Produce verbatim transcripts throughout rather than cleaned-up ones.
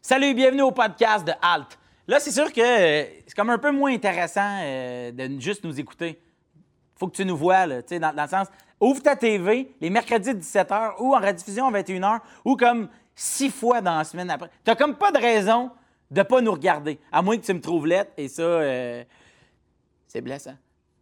Salut, bienvenue au podcast de Halt. Là, c'est sûr que euh, c'est comme un peu moins intéressant euh, de juste nous écouter. Faut que tu nous vois, là, tu sais, dans, dans le sens, ouvre ta T V les mercredis dix-sept heures ou en rediffusion à vingt et une heures ou comme six fois dans la semaine après. T'as comme pas de raison de pas nous regarder, à moins que tu me trouves lettre, et ça, euh, c'est blessant.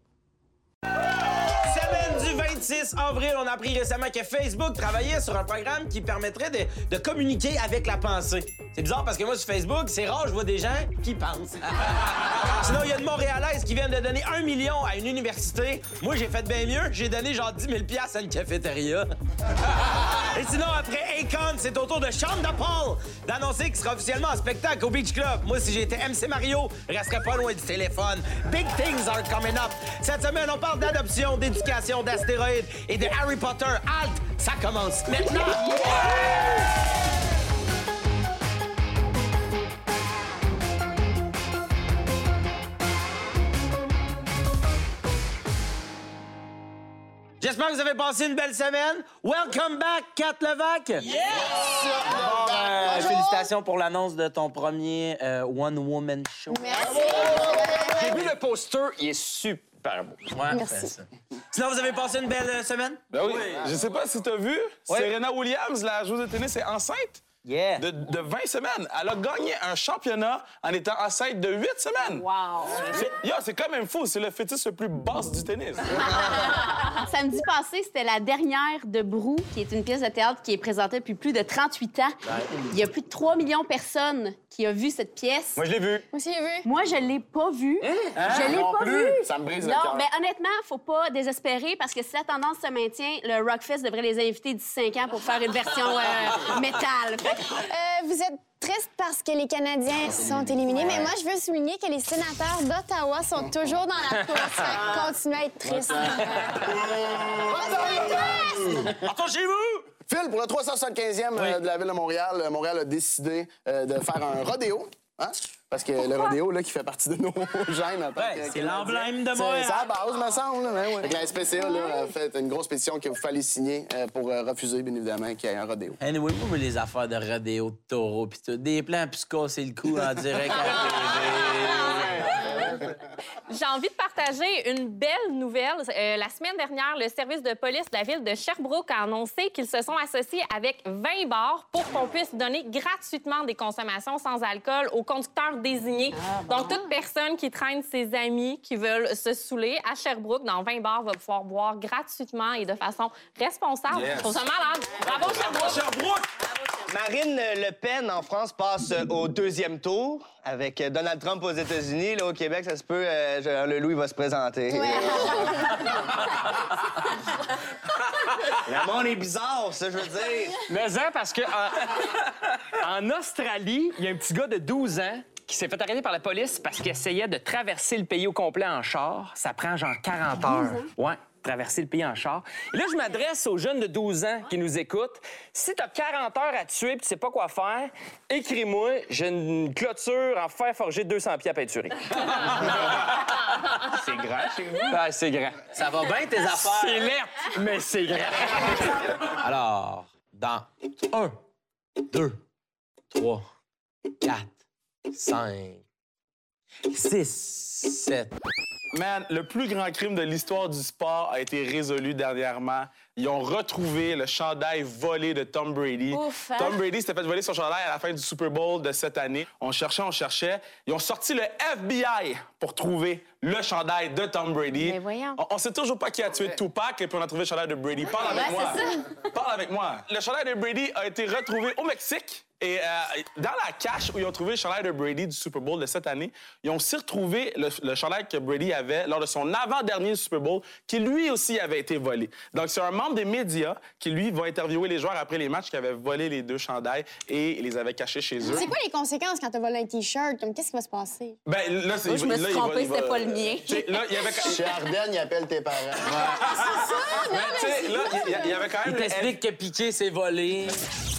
vingt-six avril, on a appris récemment que Facebook travaillait sur un programme qui permettrait de, de communiquer avec la pensée. C'est bizarre parce que moi, sur Facebook, c'est rare, je vois des gens qui pensent. Sinon, il y a une Montréalaise qui vient de donner un million à une université. Moi, j'ai fait bien mieux. J'ai donné genre dix mille piastres à une cafétéria. Et sinon, après Akon, c'est au tour de Sean Paul d'annoncer qu'il sera officiellement en spectacle au Beach Club. Moi, si j'étais M C Mario, je resterais pas loin du téléphone. Big things are coming up. Cette semaine, on parle d'adoption, d'éducation, d'astéroïdes et de Harry Potter. Halt, ça commence maintenant! J'espère que vous avez passé une belle semaine. Welcome back, Kat Levac! Yes! Bon, euh, félicitations pour l'annonce de ton premier euh, One Woman Show. Merci! J'ai vu le poster, il est super beau. Ouais, Merci. ça. Sinon, vous avez passé une belle euh, semaine? Ben oui. Je sais pas si t'as vu, Serena Williams, la joueuse de tennis, est enceinte. Yeah! De, de vingt semaines. Elle a gagné un championnat en étant enceinte de huit semaines. Wow! C'est, yo, c'est quand même fou. C'est le fœtus le plus basse du tennis. Samedi passé, c'était la dernière de Brou, qui est une pièce de théâtre qui est présentée depuis plus de trente-huit ans. Il y a plus de trois millions de personnes qui ont vu cette pièce. Moi, je l'ai vu. Moi aussi, j'ai vu. Moi, je l'ai pas vue. Je l'ai Non pas plus. vue. Ça me brise le Non, cœur. mais honnêtement, faut pas désespérer parce que si la tendance se maintient, le Rockfest devrait les inviter d'ici cinq ans pour faire une version euh, métal. Fait que- Euh, vous êtes triste parce que les Canadiens sont éliminés, mais moi, je veux souligner que les sénateurs d'Ottawa sont toujours dans la course. Fait que continuez à être triste. Partons chez vous! Phil, pour le trois cent soixante-quinzième euh, de la Ville de Montréal, euh, Montréal a décidé euh, de faire un rodéo. Hein? Parce que le rodéo, là, qui fait partie de nos gènes en tant Ouais, que c'est Canadiens. l'emblème de C'est- Montréal. C'est à la base, me semble. Là, ouais, ouais. Fait que la S P C A là, a fait une grosse pétition qu'il fallait signer euh, pour euh, refuser, bien évidemment, qu'il y ait un rodéo. Anyway, moi, les affaires de rodéo, de taureau, pis tout, des plans, puis se casser le cou en direct à la T V. J'ai envie de partager une belle nouvelle. Euh, la semaine dernière, le service de police de la ville de Sherbrooke a annoncé qu'ils se sont associés avec vingt bars pour qu'on puisse donner gratuitement des consommations sans alcool aux conducteurs désignés. Donc, toute personne qui traîne ses amis qui veulent se saouler à Sherbrooke, dans vingt bars, va pouvoir boire gratuitement et de façon responsable. Yes. Je trouve ça malade. Bravo, Sherbrooke! Sherbrooke! Marine Le Pen, en France, passe au deuxième tour avec Donald Trump aux États-Unis. Là, au Québec, ça se peut, euh, je- le Louis va se présenter. Le monde est bizarre, ça, je veux dire. Mais ça, parce que en, en Australie, il y a un petit gars de douze ans qui s'est fait arrêter par la police parce qu'il essayait de traverser le pays au complet en char. Ça prend genre quarante heures. Ouais, traverser le pays en char. Et là, je m'adresse aux jeunes de douze ans qui nous écoutent. Si t'as quarante heures à tuer et tu sais pas quoi faire, écris-moi. J'ai une clôture en fer forgé de deux cents pieds à peinturer. C'est grand chez vous. Ah, c'est grand. Ça va bien, tes affaires? C'est lettre, mais c'est grand. Alors, dans un, deux, trois, quatre, cinq, six, sept. Man, le plus grand crime de l'histoire du sport a été résolu dernièrement. Ils ont retrouvé le chandail volé de Tom Brady. Ouf, hein? Tom Brady s'était fait voler son chandail à la fin du Super Bowl de cette année. On cherchait, on cherchait. Ils ont sorti le F B I pour trouver le chandail de Tom Brady. Mais voyons. On, on sait toujours pas qui a tué Tupac et puis on a trouvé le chandail de Brady. Parle avec Ouais, moi. c'est Parle avec moi. Le chandail de Brady a été retrouvé au Mexique. Et euh, dans la cache où ils ont trouvé le chandail de Brady du Super Bowl de cette année, ils ont aussi retrouvé le, le chandail que Brady avait lors de son avant-dernier Super Bowl, qui lui aussi avait été volé. Donc, c'est un membre des médias qui, lui, va interviewer les joueurs après les matchs qui avaient volé les deux chandails et les avait cachés chez eux. C'est quoi les conséquences quand t'as volé un T-shirt? Comme, qu'est-ce qui va se passer? Ben, là, c'est... Moi, je me là, suis il va- trompée, il va- c'était pas le mien. Tu sais, là, il y avait... Chez Ardennes, ils appellent tes parents. Mais, tu sais, là, il y a- il y avait quand même... Il le- t'explique que Piqué s'est volé.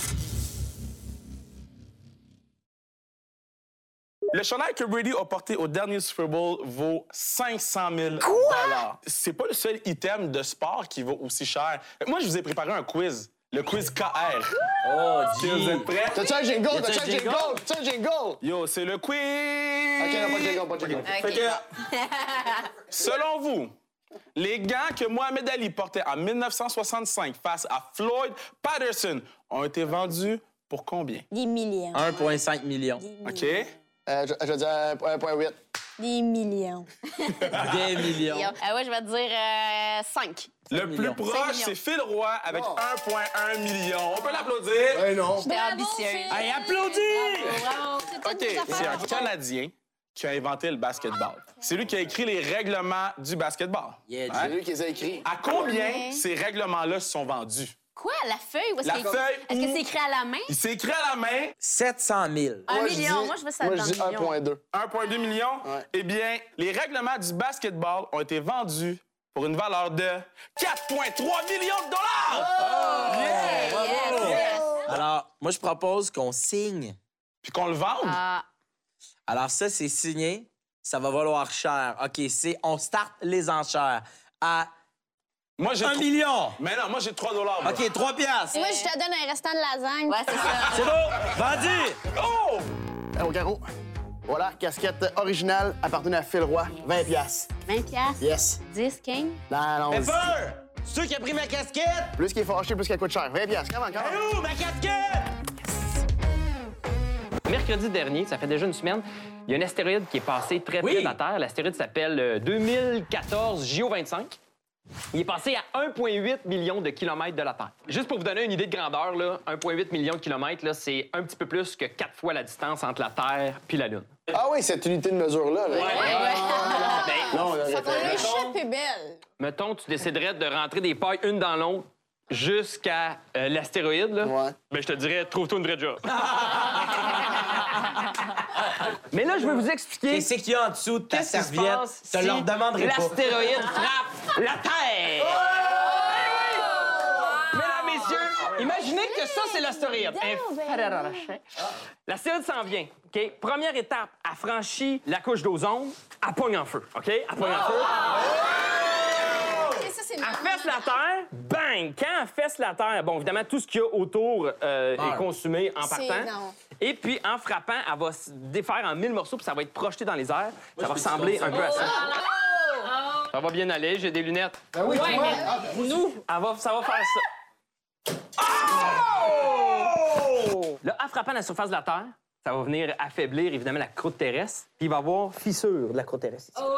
Le chandail que Brady a porté au dernier Super Bowl vaut cinq cent mille dollars. C'est pas le seul item de sport qui vaut aussi cher. Moi, je vous ai préparé un quiz. le quiz K R. Oh, Est-ce que vous êtes prêts? T'as-tu un jingle? Y a-tu T'as-tu un un jingle? jingle? T'as-tu un jingle? Yo, c'est le quiz! OK, non, pas de jingle, pas de jingle. Fait que, selon vous, les gants que Mohamed Ali portait en mille neuf cent soixante-cinq face à Floyd Patterson ont été vendus pour combien? Des millions. un virgule cinq million. OK? Euh, je, je vais dire un virgule huit. Des millions. Des millions. Ah ouais, je vais te dire euh, cinq. Le millions. plus cinq proche, millions. c'est Phil Roy avec Oh. un virgule un million. On peut l'applaudir. Eh non. J'étais ambitieuse. Hey, applaudis! Bravo. C'est toutes OK, des c'est affaires. un Canadien qui a inventé le basketball. C'est lui qui a écrit les règlements du basketball. Yeah, C'est lui qui les a écrits. À combien Ouais. ces règlements-là se sont vendus? Quoi, la feuille? Ou est-ce La qu'il- feuille Est-ce que ou- c'est écrit à la main? Il s'est écrit à la main sept cent mille. Un Moi, je million. dis- Moi, je veux ça Moi, dans je dis le un million. virgule deux. un virgule deux million. Ouais. Eh bien, les règlements du basketball ont été vendus pour une valeur de quatre virgule trois millions de dollars! Yes, yes. Alors, moi, je propose qu'on signe. Puis qu'on le vende. Ah, Alors, ça, c'est signé. Ça va valoir cher. OK, c'est... On start les enchères à Moi, j'ai un tro- million. Mais non, moi, j'ai trois dollars. moi. OK, trois piastres. Moi, je te donne un restant de lasagne. ouais, c'est ça. C'est beau. Vendu. Oh! Au carreau. Voilà, casquette originale appartenant à Phil Roy. vingt piastres. vingt piastres. Yes. dix, quinze. Non, non. Pepper! C'est toi qui as pris ma casquette? Plus qu'il est fâché, plus qu'elle coûte cher. vingt piastres. Comment, comment? Où, ma casquette? Mercredi dernier, ça fait déjà une semaine, il y a un astéroïde qui est passé très près Oui. de la Terre. L'astéroïde s'appelle euh, deux mille quatorze J O vingt-cinq. Il est passé à un virgule huit million de kilomètres de la Terre. Juste pour vous donner une idée de grandeur, là, un virgule huit million de kilomètres, là, c'est un petit peu plus que quatre fois la distance entre la Terre puis la Lune. Ah oui, cette unité de mesure-là. Là. Ben, Non, là, Ça fait l'échappe est belle. mettons, tu déciderais de rentrer des pailles une dans l'autre jusqu'à euh, l'astéroïde, là, Ouais. ben, je te dirais, trouve-toi une vraie job. Mais là, je vais vous expliquer Qu'est-ce qu'il y a en dessous de ta qu'est-ce qui se serviette? passe Je te si le redemanderai pas. l'astéroïde frappe la Terre. Mesdames, messieurs, imaginez que ça, c'est l'astéroïde. L'astéroïde s'en vient, OK? Première étape, elle franchit la couche d'ozone, elle pogne en feu, OK? Elle pogne en feu. Et ça, c'est Elle marrant. fesse la terre, bang! Quand elle fesse la terre, bon, évidemment, tout ce qu'il y a autour euh, est consumé en C'est partant. non. Et puis, en frappant, elle va se défaire en mille morceaux, puis ça va être projeté dans les airs. Ça va ressembler un peu à ça. Ça va bien aller, j'ai des lunettes. Ben oui, Ouais, tu vois. mais- Ah, ben, oui. Nous, elle va, ça va faire ça. Là, en frappant la surface de la Terre, ça va venir affaiblir, évidemment, la croûte terrestre, puis il va y avoir fissure de la croûte terrestre. ici.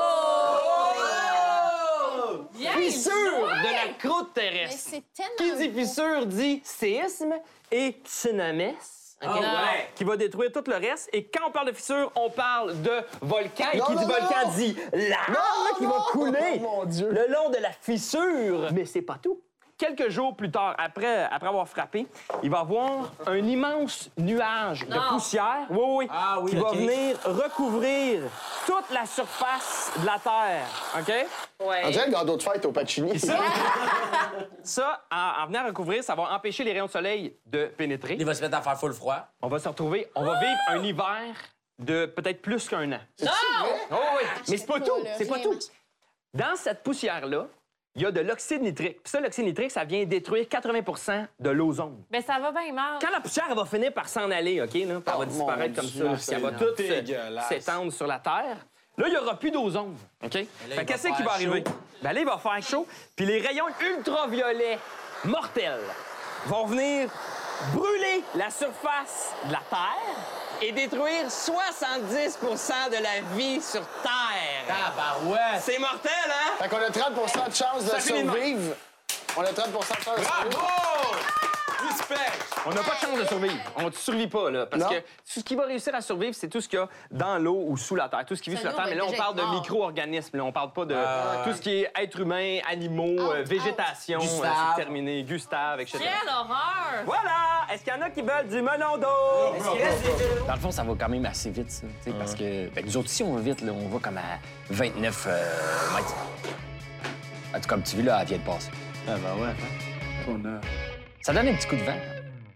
Bien Fissure de la croûte Mais terrestre. c'est tellement. Qui dit fissure dit séisme et tsunami. OK? Ah ouais. Qui va détruire tout le reste. Et quand on parle de fissure, on parle de volcan. Et Non, qui non, dit volcan non. dit lave Non, qui va non. couler Oh, mon Dieu. le long de la fissure. Mais c'est pas tout. Quelques jours plus tard, après, après avoir frappé, il va y avoir un immense nuage de Non. poussière oui, oui, Ah oui, qui va OK. venir recouvrir toute la surface de la Terre. OK? On dirait le gâteau de fête au Pacini. Ça, en, en venant recouvrir, ça va empêcher les rayons de soleil de pénétrer. Il va se mettre à faire full froid. On va se retrouver, on va vivre un hiver de peut-être plus qu'un an. C'est-tu vrai? Oh oui, mais c'est pas pas, tout, là, c'est pas rien tout. marche. Dans cette poussière-là, il y a de l'oxyde nitrique. Puis ça, l'oxyde nitrique, ça vient détruire quatre-vingts pour cent de l'ozone. Ben, ça va bien mal. Quand la poussière elle va finir par s'en aller, OK, là, puis elle va Oh, disparaître mon comme Dieu, ça, puis ça va Seigneur. tout euh, Dégueulasse. s'étendre sur la Terre. Là, il n'y aura plus d'ozone, OK? il Fait va qu'est-ce qui faire va arriver? chaud. Ben là, il va faire chaud, puis les rayons ultraviolets mortels vont venir brûler la surface de la Terre et détruire soixante-dix pour cent de la vie sur Terre. Ah, bah ouais. C'est mortel, hein? Fait qu'on a trente pour cent de chance de Ça finit de même. survivre. On a trente pour cent de chance de Bravo! survivre. Respect! On n'a pas de chance de survivre. On ne survit pas, là. Parce Non. que tout ce qui va réussir à survivre, c'est tout ce qu'il y a dans l'eau ou sous la terre. Tout ce qui vit Ça, sous la nous, terre. on Mais va là, on déjà parle de être mort. micro-organismes. Là. On parle pas de tout ce qui est être humain, animaux, Out, euh, végétation, euh, Gustave. c'est terminé, Gustave, et cetera. Quelle horreur! Voilà! Est-ce qu'il y en a qui veulent du melon d'eau? Dans le fond, ça va quand même assez vite, ça. tu sais, Parce que ben, nous autres, ici, on va vite. Là, on va comme à vingt-neuf euh, mètres. En tout cas, comme tu vois, là, elle vient de passer. Ah, ben ouais. On a... Ça donne un petit coup de vent.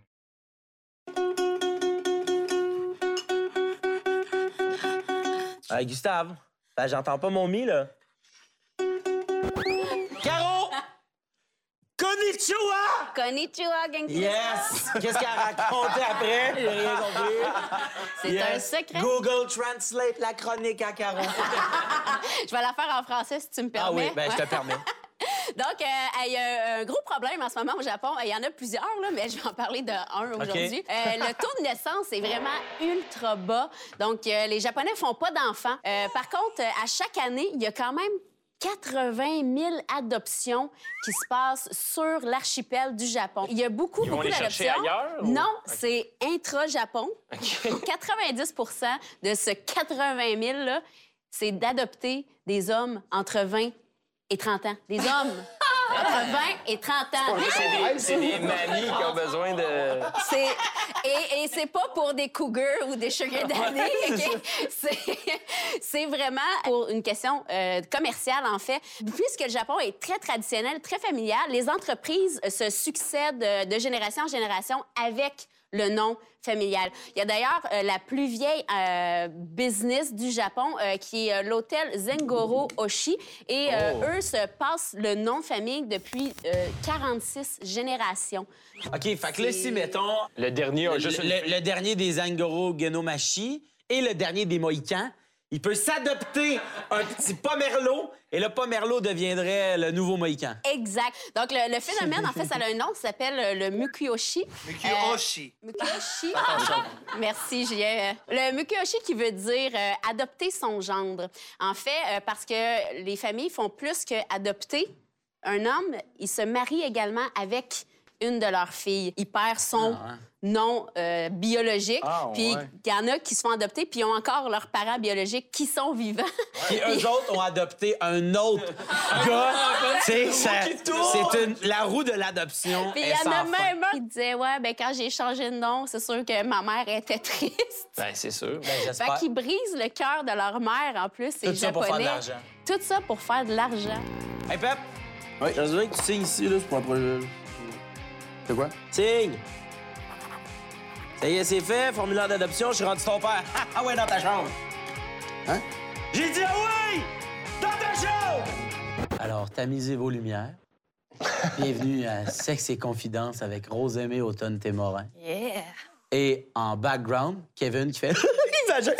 Euh, Gustave, ben, j'entends pas mon mi, là. Caro! Konnichiwa! Konnichiwa, Genki. Yes! Qu'est-ce qu'elle a raconté après? J'ai rien compris. C'est Yes. un secret. Google Translate la chronique à Caro. Je vais la faire en français si tu me permets. Ah oui, ben je Ouais. te permets. Donc, euh, il y a un gros problème en ce moment au Japon. Il y en a plusieurs, là, mais je vais en parler de un aujourd'hui. Euh, le taux de naissance est vraiment ultra bas. Donc, euh, les Japonais font pas d'enfants. Euh, par contre, à chaque année, il y a quand même quatre-vingt mille adoptions qui se passent sur l'archipel du Japon. Il y a beaucoup, Ils vont beaucoup les chercher d'adoptions. ailleurs, ou- Non, c'est intra-Japon. quatre-vingt-dix pour cent de ce quatre-vingt mille-là, c'est d'adopter des hommes entre vingt et trente ans. Des hommes entre vingt et trente ans. C'est des, c'est des mamies qui ont besoin de... C'est... Et, et c'est pas pour des cougars ou des sugar daddy. OK? C'est... c'est vraiment pour une question euh, commerciale, en fait. Puisque le Japon est très traditionnel, très familial, les entreprises se succèdent de génération en génération avec le nom familial. Il y a d'ailleurs euh, la plus vieille euh, business du Japon, euh, qui est euh, l'hôtel Zengoro Oshi. Et euh, Oh. eux se passent le nom de famille depuis euh, quarante-six générations. OK, fait que là, si, mettons, Le dernier a le, juste une le- fille. le dernier des Angoro Genomachi et le dernier des Mohicans, il peut s'adopter un petit Pomerlo, et le Pomerlo deviendrait le nouveau Mohican. Exact. Donc, le, le phénomène, en fait, ça a un nom qui s'appelle euh, le Mukyoshi. Mukyoshi. Euh, Mukyoshi. Merci, Julien. Le Mukyoshi qui veut dire euh, adopter son gendre. En fait, euh, parce que les familles font plus qu'adopter. Un homme, il se marie également avec une de leurs filles. Il perd son Ah, ouais. nom euh, biologique. Ah, Puis ouais. il y en a qui se font adopter, puis ils ont encore leurs parents biologiques qui sont vivants. Puis eux autres ont adopté un autre gars. Tu sais, ça- c'est une- la roue de l'adoption. Puis il est y en sans a fin. même un qui disait, ouais, ben quand j'ai changé de nom, c'est sûr que ma mère était triste. Ben, c'est sûr. Ben, Fait j'espère. qu'ils brisent le cœur de leur mère, en plus, ces Tout ça pour Japonais. faire de l'argent. Tout ça pour faire de l'argent. Hey, Pep! Oui. Je veux que tu signes ici, là, c'est pour un projet. C'est quoi? Signe! Ça y est, c'est fait. Formulaire d'adoption, je suis rendu ton père. Ah ouais, dans ta chambre. Hein? J'ai dit ah ouais! Dans ta chambre! Alors, tamisez vos lumières. Bienvenue à Sexe et Confidence avec Rose-Aimée Automne-Témorin. Yeah! Et en background, Kevin qui fait... Il va jouer.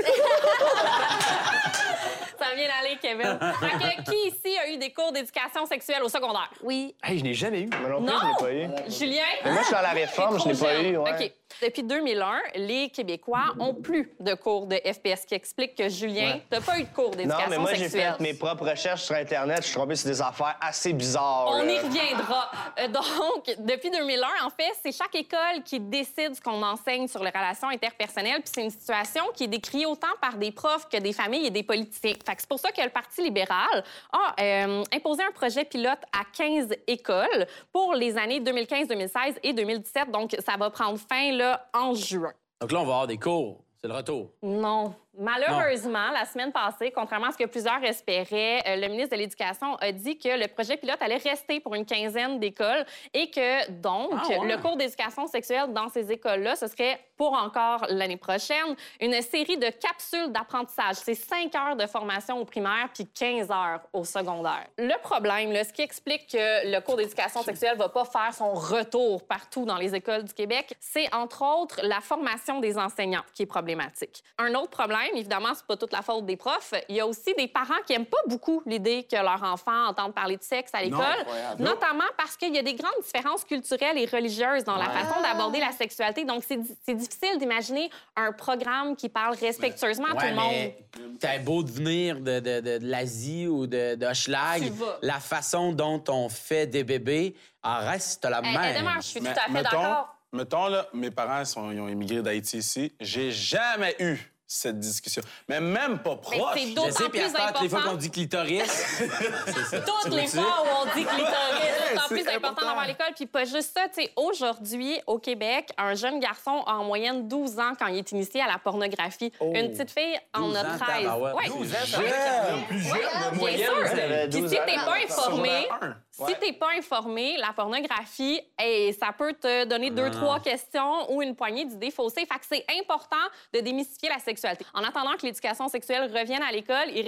Ça vient d'aller, Kevin. Fait que, qui ici a eu des cours d'éducation sexuelle au secondaire? Oui. Hey, je n'ai jamais eu. Moi non plus, Non! je l'ai pas eu. Julien? Mais moi, je suis à la réforme, T'es je l'ai trop pas jeune. eu. Ouais. OK. Depuis deux mille un, les Québécois ont plus de cours de F P S, ce qui explique que, Julien, Ouais. t'as pas eu de cours Non, d'éducation mais moi, j'ai sexuelle. fait mes propres recherches sur Internet. Je suis tombé sur des affaires assez bizarres. On là. y reviendra. Euh, donc, depuis deux mille un, en fait, c'est chaque école qui décide ce qu'on enseigne sur les relations interpersonnelles. Puis c'est une situation qui est décrite autant par des profs que des familles et des politiciens. Fait que c'est pour ça que le Parti libéral a euh, imposé un projet pilote à quinze écoles pour les années deux mille quinze, deux mille seize et deux mille dix-sept. Donc, ça va prendre fin là, en juin. Donc là, on va avoir des cours. C'est le retour. Non. Malheureusement, la semaine passée, contrairement à ce que plusieurs espéraient, euh, le ministre de l'Éducation a dit que le projet pilote allait rester pour une quinzaine d'écoles et que, donc, Ah ouais. le cours d'éducation sexuelle dans ces écoles-là, ce serait pour encore l'année prochaine une série de capsules d'apprentissage. C'est cinq heures de formation au primaire puis quinze heures au secondaire. Le problème, là, ce qui explique que le cours d'éducation sexuelle va pas faire son retour partout dans les écoles du Québec, c'est entre autres la formation des enseignants qui est problématique. Un autre problème, évidemment, c'est pas toute la faute des profs. Il y a aussi des parents qui aiment pas beaucoup l'idée que leurs enfants entendent parler de sexe à l'école, incroyable. notamment parce qu'il y a des grandes différences culturelles et religieuses dans la façon d'aborder la sexualité. Donc, c'est di- c'est difficile d'imaginer un programme qui parle respectueusement à tout Ouais, le monde. mais t'as beau de venir de, de, de, de l'Asie ou de, de Hochelag, Tu vas. la façon dont on fait des bébés en reste la Eh, même. eh, demeure, je suis Mais tout à fait mettons, d'accord. mettons, là, mes parents sont, ils ont immigré d'Haïti ici. J'ai jamais eu cette discussion. Mais même pas Mais proche. c'est Je d'autant sais, puis à plus cette heure, toutes les fois important. qu'on dit clitoris, c'est ça. Toutes Tu les veux-tu? fois où on dit clitoris, c'est d'autant C'est plus important important. d'avoir l'école. Puis pas juste ça, tu sais, aujourd'hui, au Québec, un jeune garçon a en moyenne douze ans quand il est initié à la pornographie. Une petite fille en douze a ans, treize. tabarouette. Ouais. douze ans, ça Ouais. fait quand même. Plus jeune, de Bien moyenne. sûr. j'avais Puis douze si ans. t'es pas informé, Secondaire un. si t'es pas informé, la pornographie, hey, ça peut te donner deux, trois questions ou une poignée d'idées faussées. Fait que c'est important de démystifier la sexualité. En attendant que l'éducation sexuelle revienne à l'école, il reste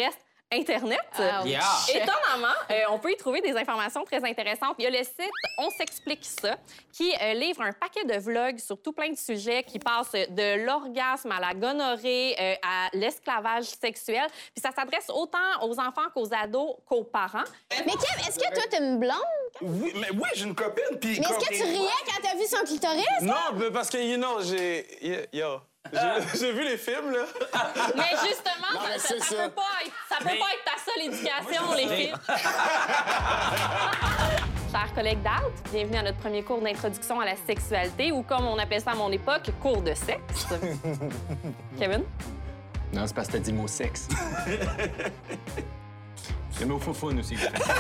Internet. Ah, Yeah. Étonnamment, euh, on peut y trouver des informations très intéressantes. Il y a le site On s'explique ça, qui euh, livre un paquet de vlogs sur tout plein de sujets qui passent de l'orgasme à la gonorrhée, euh, à l'esclavage sexuel. Puis ça s'adresse autant aux enfants qu'aux ados qu'aux parents. Mais Kev, est-ce que toi, t'es une blonde? Oui, mais oui, j'ai une copine, puis... Mais est-ce que tu riais quand t'as vu son clitoris? Non, mais parce que, you know, j'ai... y- Yo... J'ai j'ai vu les films, là. Mais justement, Non, mais ça, c'est ça, ça. peut pas être, ça peut pas être ta seule éducation, les filles. Chers collègues d'Alt, bienvenue à notre premier cours d'introduction à la sexualité, ou comme on appelait ça à mon époque, cours de sexe. Kevin? Non, c'est parce que t'as dit le mot sexe. Le mot foufoune aussi.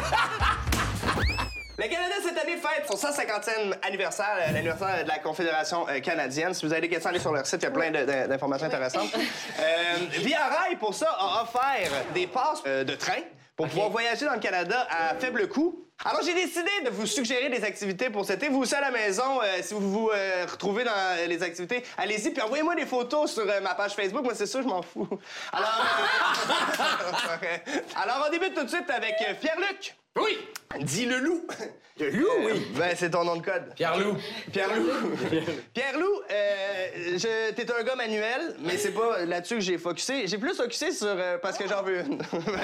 Le Canada, cette année, fête son cent cinquantième anniversaire, euh, l'anniversaire de la Confédération euh, canadienne. Si vous avez des questions, allez sur leur site, il y a plein de- de- d'informations intéressantes. Euh, Via Rail, pour ça, a offert des passes euh, de train pour pouvoir voyager dans le Canada à faible coût. Alors, j'ai décidé de vous suggérer des activités pour cet été. Vous aussi à la maison, euh, si vous vous euh, retrouvez dans euh, les activités, allez-y, puis envoyez-moi des photos sur euh, ma page Facebook. Moi, c'est sûr, je m'en fous. Alors, euh, Alors, on débute tout de suite avec euh, Pierre-Luc. Oui! Dis le loup. Le loup, oui. Ben, c'est ton nom de code. Pierre-Loup. Pierre-Loup. Pierre-Loup, euh, je- t'es un gars manuel, mais c'est pas là-dessus que j'ai focusé. J'ai plus focusé sur... euh, parce que j'en veux une.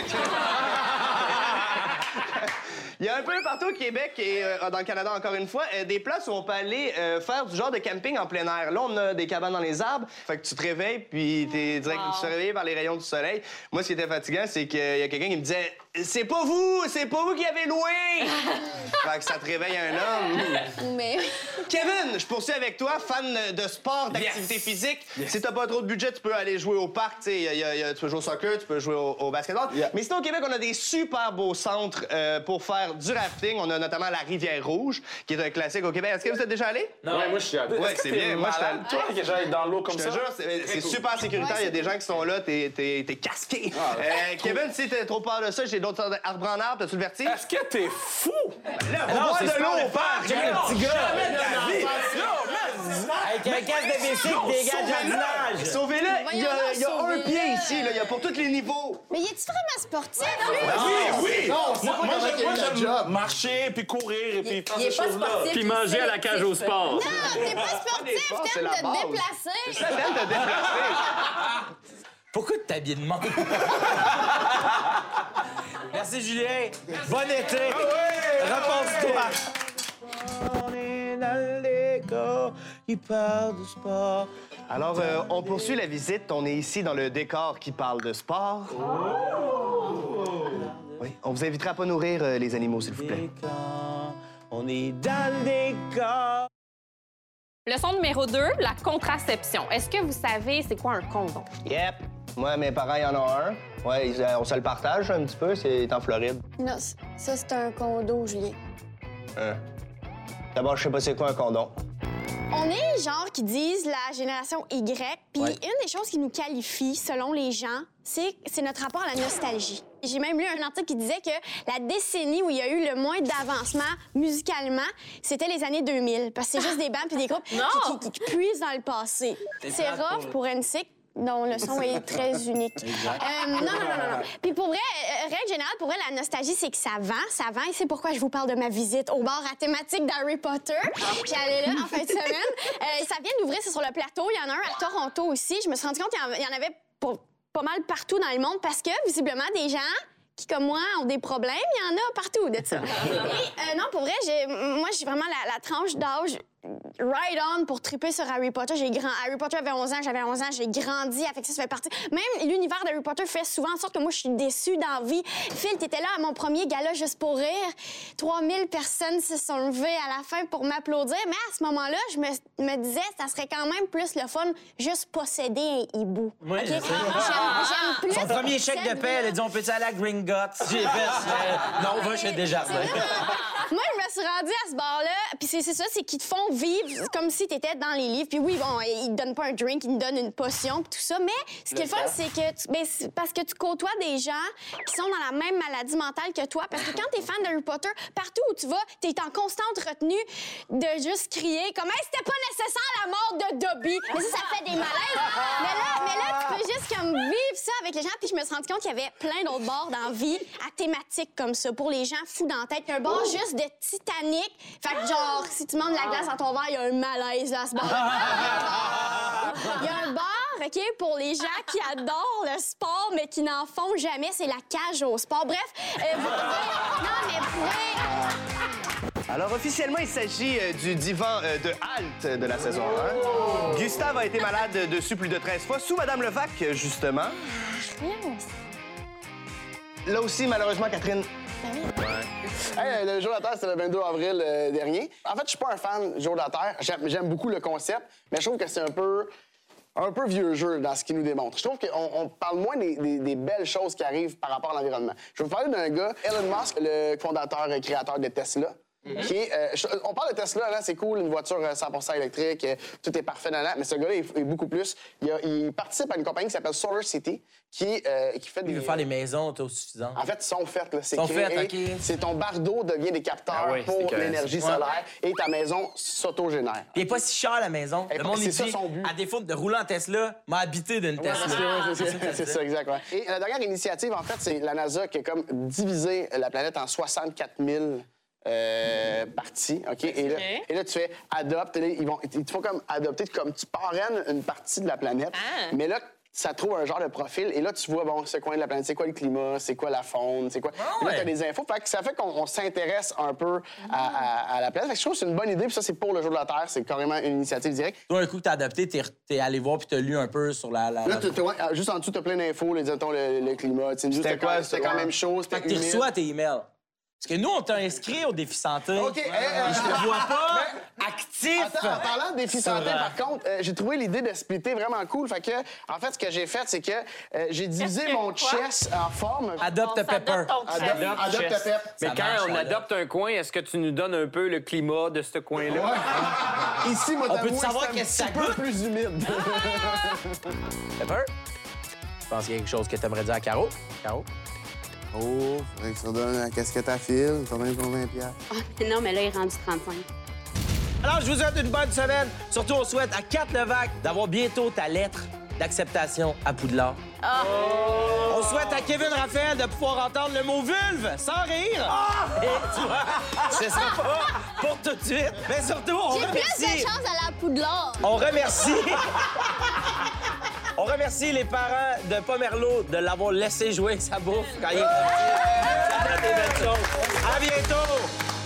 Il y a un peu partout au Québec et euh, dans le Canada, encore une fois, euh, des places où on peut aller euh, faire du genre de camping en plein air. Là, on a des cabanes dans les arbres. Fait que tu te réveilles, puis t'es direct, Wow. tu te réveilles par les rayons du soleil. Moi, ce qui était fatigant, c'est qu'il y a quelqu'un qui me disait « C'est pas vous! C'est pas vous qui avez loué! » Fait que ça te réveille un homme. Mais... Kevin, je poursuis avec toi, fan de sport, d'activité Yes. physique. Si t'as pas trop de budget, tu peux aller jouer au parc. Tu sais, y a- y a- y a- tu peux jouer au soccer, tu peux jouer au, au basketball. Yeah. Mais sinon, au Québec, on a des super beaux centres euh, pour faire du rafting. On a notamment la Rivière-Rouge, qui est un classique au Québec. Est-ce que vous êtes déjà allé? Non, ouais, moi, je suis allé. Ouais, Est-ce que c'est t'es bien. Moi, je suis malade, allé. Toi, que j'aille dans l'eau comme Je ça. te jure, c'est c'est super sécuritaire. Il y a des gens qui sont là, t'es t'es- t'es casqué. Euh, Kevin, si t'as trop peur de ça, j'ai d'autres sortes d'arbres en arbre. T'as-tu le vertige? Est-ce que t'es fou? Là, on boit de l'eau au parc. Check le petit gars. Non, Avec un casque de bicycle, des gars de jardinage. Sauvez-le! Il y a, il y a un Sauvez-le. pied ici, là. Il y a pour tous les niveaux. Mais est-tu vraiment sportif, lui? Oui, oui! Non, c'est Moi, pas moi, comment j'aime- qu'il moi, a eu la j'aime job. marcher, puis courir, et puis faire Il est ces pas choses-là. sportif. Puis manger à la cage au sport. Non, t'es pas sportif, sports, c'est t'aimes la te base. déplacer. Ça t'aime te déplacer. Pourquoi tu t'habilles de monde? Merci, Julien. Bon été. Repose-toi. On est dans l'école, il parle du sport. Alors, euh, on poursuit la visite. On est ici dans le décor qui parle de sport. Oui, on vous invitera à pas nourrir euh, les animaux, s'il vous plaît. Décor, on est dans le décor. Leçon numéro deux, la contraception. Est-ce que vous savez c'est quoi un condom? Yep. Moi, mes parents, il y en ont un. Ouais, ils, euh, on se le partage un petit peu. C'est en Floride. Non, c- ça, c'est un condo, Julien. Hein. D'abord, je sais pas c'est quoi un condom. On est les gens qui disent la génération Y, puis Ouais. une des choses qui nous qualifie, selon les gens, c'est c'est notre rapport à la nostalgie. J'ai même lu un article qui disait que la décennie où il y a eu le moins d'avancement musicalement, c'était les années deux mille, parce que c'est juste des bandes puis des groupes qui, Non! qui- qui puisent dans le passé. C'est rough pour N Sync, dont le son est très unique. Euh, non, non, non, non, non. Puis pour vrai, euh, règle générale, pour vrai, la nostalgie, c'est que ça vend, ça vend. Et c'est pourquoi je vous parle de ma visite au bar à thématique d'Harry Potter. J'allais là en fin de semaine. Euh, ça vient d'ouvrir, c'est sur le plateau. Il y en a un à Toronto aussi. Je me suis rendu compte qu'il y en- il y en avait pour pas mal partout dans le monde parce que, visiblement, des gens qui, comme moi, ont des problèmes, il y en a partout de ça. Et euh, non, pour vrai, j'ai- moi, j'ai vraiment la, la tranche d'âge right on pour triper sur Harry Potter. J'ai grand... Harry Potter avait onze ans, j'avais onze ans, j'ai grandi, avec ça, ça fait partie... Même l'univers d'Harry Potter fait souvent en sorte que moi, je suis déçue dans la vie. Phil, t'étais là à mon premier gala juste pour rire. trois mille personnes se sont levées à la fin pour m'applaudir, mais à ce moment-là, je me, me disais, ça serait quand même plus le fun juste posséder un hibou. Oui, OK? je sais. J'aime j'aime plus... Son premier chèque de paie, elle a dit on peut-tu aller à Gringotts? J'ai fait euh, non, va chez Desjardins. Moi, je me suis rendue à ce bar-là, puis c'est c'est ça, c'est qu'ils te font vivre comme si t'étais dans les livres. Puis oui, bon, ils te donnent pas un drink, ils te donnent une potion, puis tout ça. Mais ce qui est le fun, c'est que tu, ben, c'est parce que tu côtoies des gens qui sont dans la même maladie mentale que toi. Parce que quand t'es fan d'Harry Potter, partout où tu vas, t'es en constante retenue de juste crier comme hey, c'était pas nécessaire la mort de Dobby. Mais ça, ça fait des malaises. Mais là, mais là, tu peux juste comme vivre ça avec les gens. Puis je me suis rendu compte qu'il y avait plein d'autres bars dans la vie à thématique comme ça, pour les gens fous dans la tête. Il y a un bar juste de Titanic. Fait que genre, si tu manges de la glace dans ton verre, il y a un malaise là, à ce bar. Il y a un bar, OK, pour les gens qui adorent le sport, mais qui n'en font jamais, c'est la cage au sport. Bref, euh, vous pouvez... Non, mais vous pouvez... Alors, officiellement, il s'agit euh, du divan euh, de halte de la saison un. Gustave a été malade dessus plus de treize fois, sous Madame Levac, justement. Là aussi, malheureusement, Catherine... Hey, le jour de la Terre, c'était le vingt-deux avril euh, dernier. En fait, je suis pas un fan du jour de la Terre. J'aime, j'aime beaucoup le concept, mais je trouve que c'est un peu... un peu vieux jeu dans ce qu'il nous démontre. Je trouve qu'on on parle moins des, des, des belles choses qui arrivent par rapport à l'environnement. Je vais vous parler d'un gars, Elon Musk, le fondateur et créateur de Tesla. Mm-hmm. Qui est, euh, je, on parle de Tesla, là, c'est cool, une voiture cent pour cent électrique, euh, tout est parfait dans là, mais ce gars-là est, est beaucoup plus. Il, a, il participe à une compagnie qui s'appelle Solar City, qui, euh, qui fait des... Il veut faire des maisons autosuffisantes. En fait, ils sont faites, là. C'est sont créé. faites, OK. C'est ton bardeau devient des capteurs Ah oui, pour l'énergie Ouais. solaire et ta maison s'autogénère. Puis il n'est pas si cher, la maison. Eh, Le monde, c'est il ça dit, son but. à défaut de rouler en Tesla, m'a habité d'une Ouais, Tesla. c'est ça, c'est- c'est ça, exact. Ouais. Et la dernière initiative, en fait, c'est la NASA qui a comme divisé la planète en soixante-quatre mille euh, parties. OK? Et là, et là, tu fais adopte. Et là, ils, vont, ils te font comme adopter, comme tu parraines une partie de la planète. Ah. Mais là, ça trouve un genre de profil. Et là, tu vois, bon, ce coin de la planète, c'est quoi le climat, c'est quoi la faune, c'est quoi. Et là, tu as des infos. Fait que ça fait qu'on on s'intéresse un peu à, à- à la planète. Fait que je trouve que c'est une bonne idée. Puis ça, c'est pour le jour de la Terre. C'est carrément une initiative directe. Toi, un coup que t'as adopté, t'es, t'es allé voir puis t'as lu un peu sur la... la, Là, la... t'as- t'as- ouais, juste en dessous, tu as plein d'infos, les, disons, le, le climat. tu sais, juste, C'était C'était quoi, quand, c'était quand ouais. même chaud, Fait c'était que t'es humide. reçois tes emails. Parce que nous, on t'a inscrit au défi santé. OK, hey, euh, Et je te vois pas actif. Attends, en parlant de défi Sur, santé, euh, par contre, euh, j'ai trouvé l'idée de splitter vraiment cool. Fait que, en fait, ce que j'ai fait, c'est que euh, j'ai divisé Qu'est-ce que- mon quoi? chest en forme. Adopte On Pepper. s'adopte ton chest. Adopte, adopte chest. Pep. Mais Ça quand marche, on ça, adopte un coin, est-ce que tu nous donnes un peu le climat de ce coin-là? Ouais. Ici, moi, On t'avoues, peut-tu savoir c'est un qu'est-ce que petit ça peu goûte? plus humide. Pepper? Je pense qu'il y a quelque chose que t'aimerais dire à Caro. Caro? Oh, faudrait que tu redonnes la casquette à fil. T'en donnes pour vingt piastres. Ah, non, mais là, il est rendu trente-cinq. Alors, je vous souhaite une bonne semaine. Surtout, on souhaite à Kat Levac d'avoir bientôt ta lettre d'acceptation à Poudlard. On souhaite à Kevin Raphaël de pouvoir entendre le mot vulve sans rire. Et tu vois, ce sera pas pour tout de suite. Mais surtout, on J'ai plus de remercie... chance à la Poudlard. On remercie... On remercie les parents de Pomerleau de l'avoir laissé jouer sa bouffe quand il est petit. Ça donne des belles choses. À bientôt!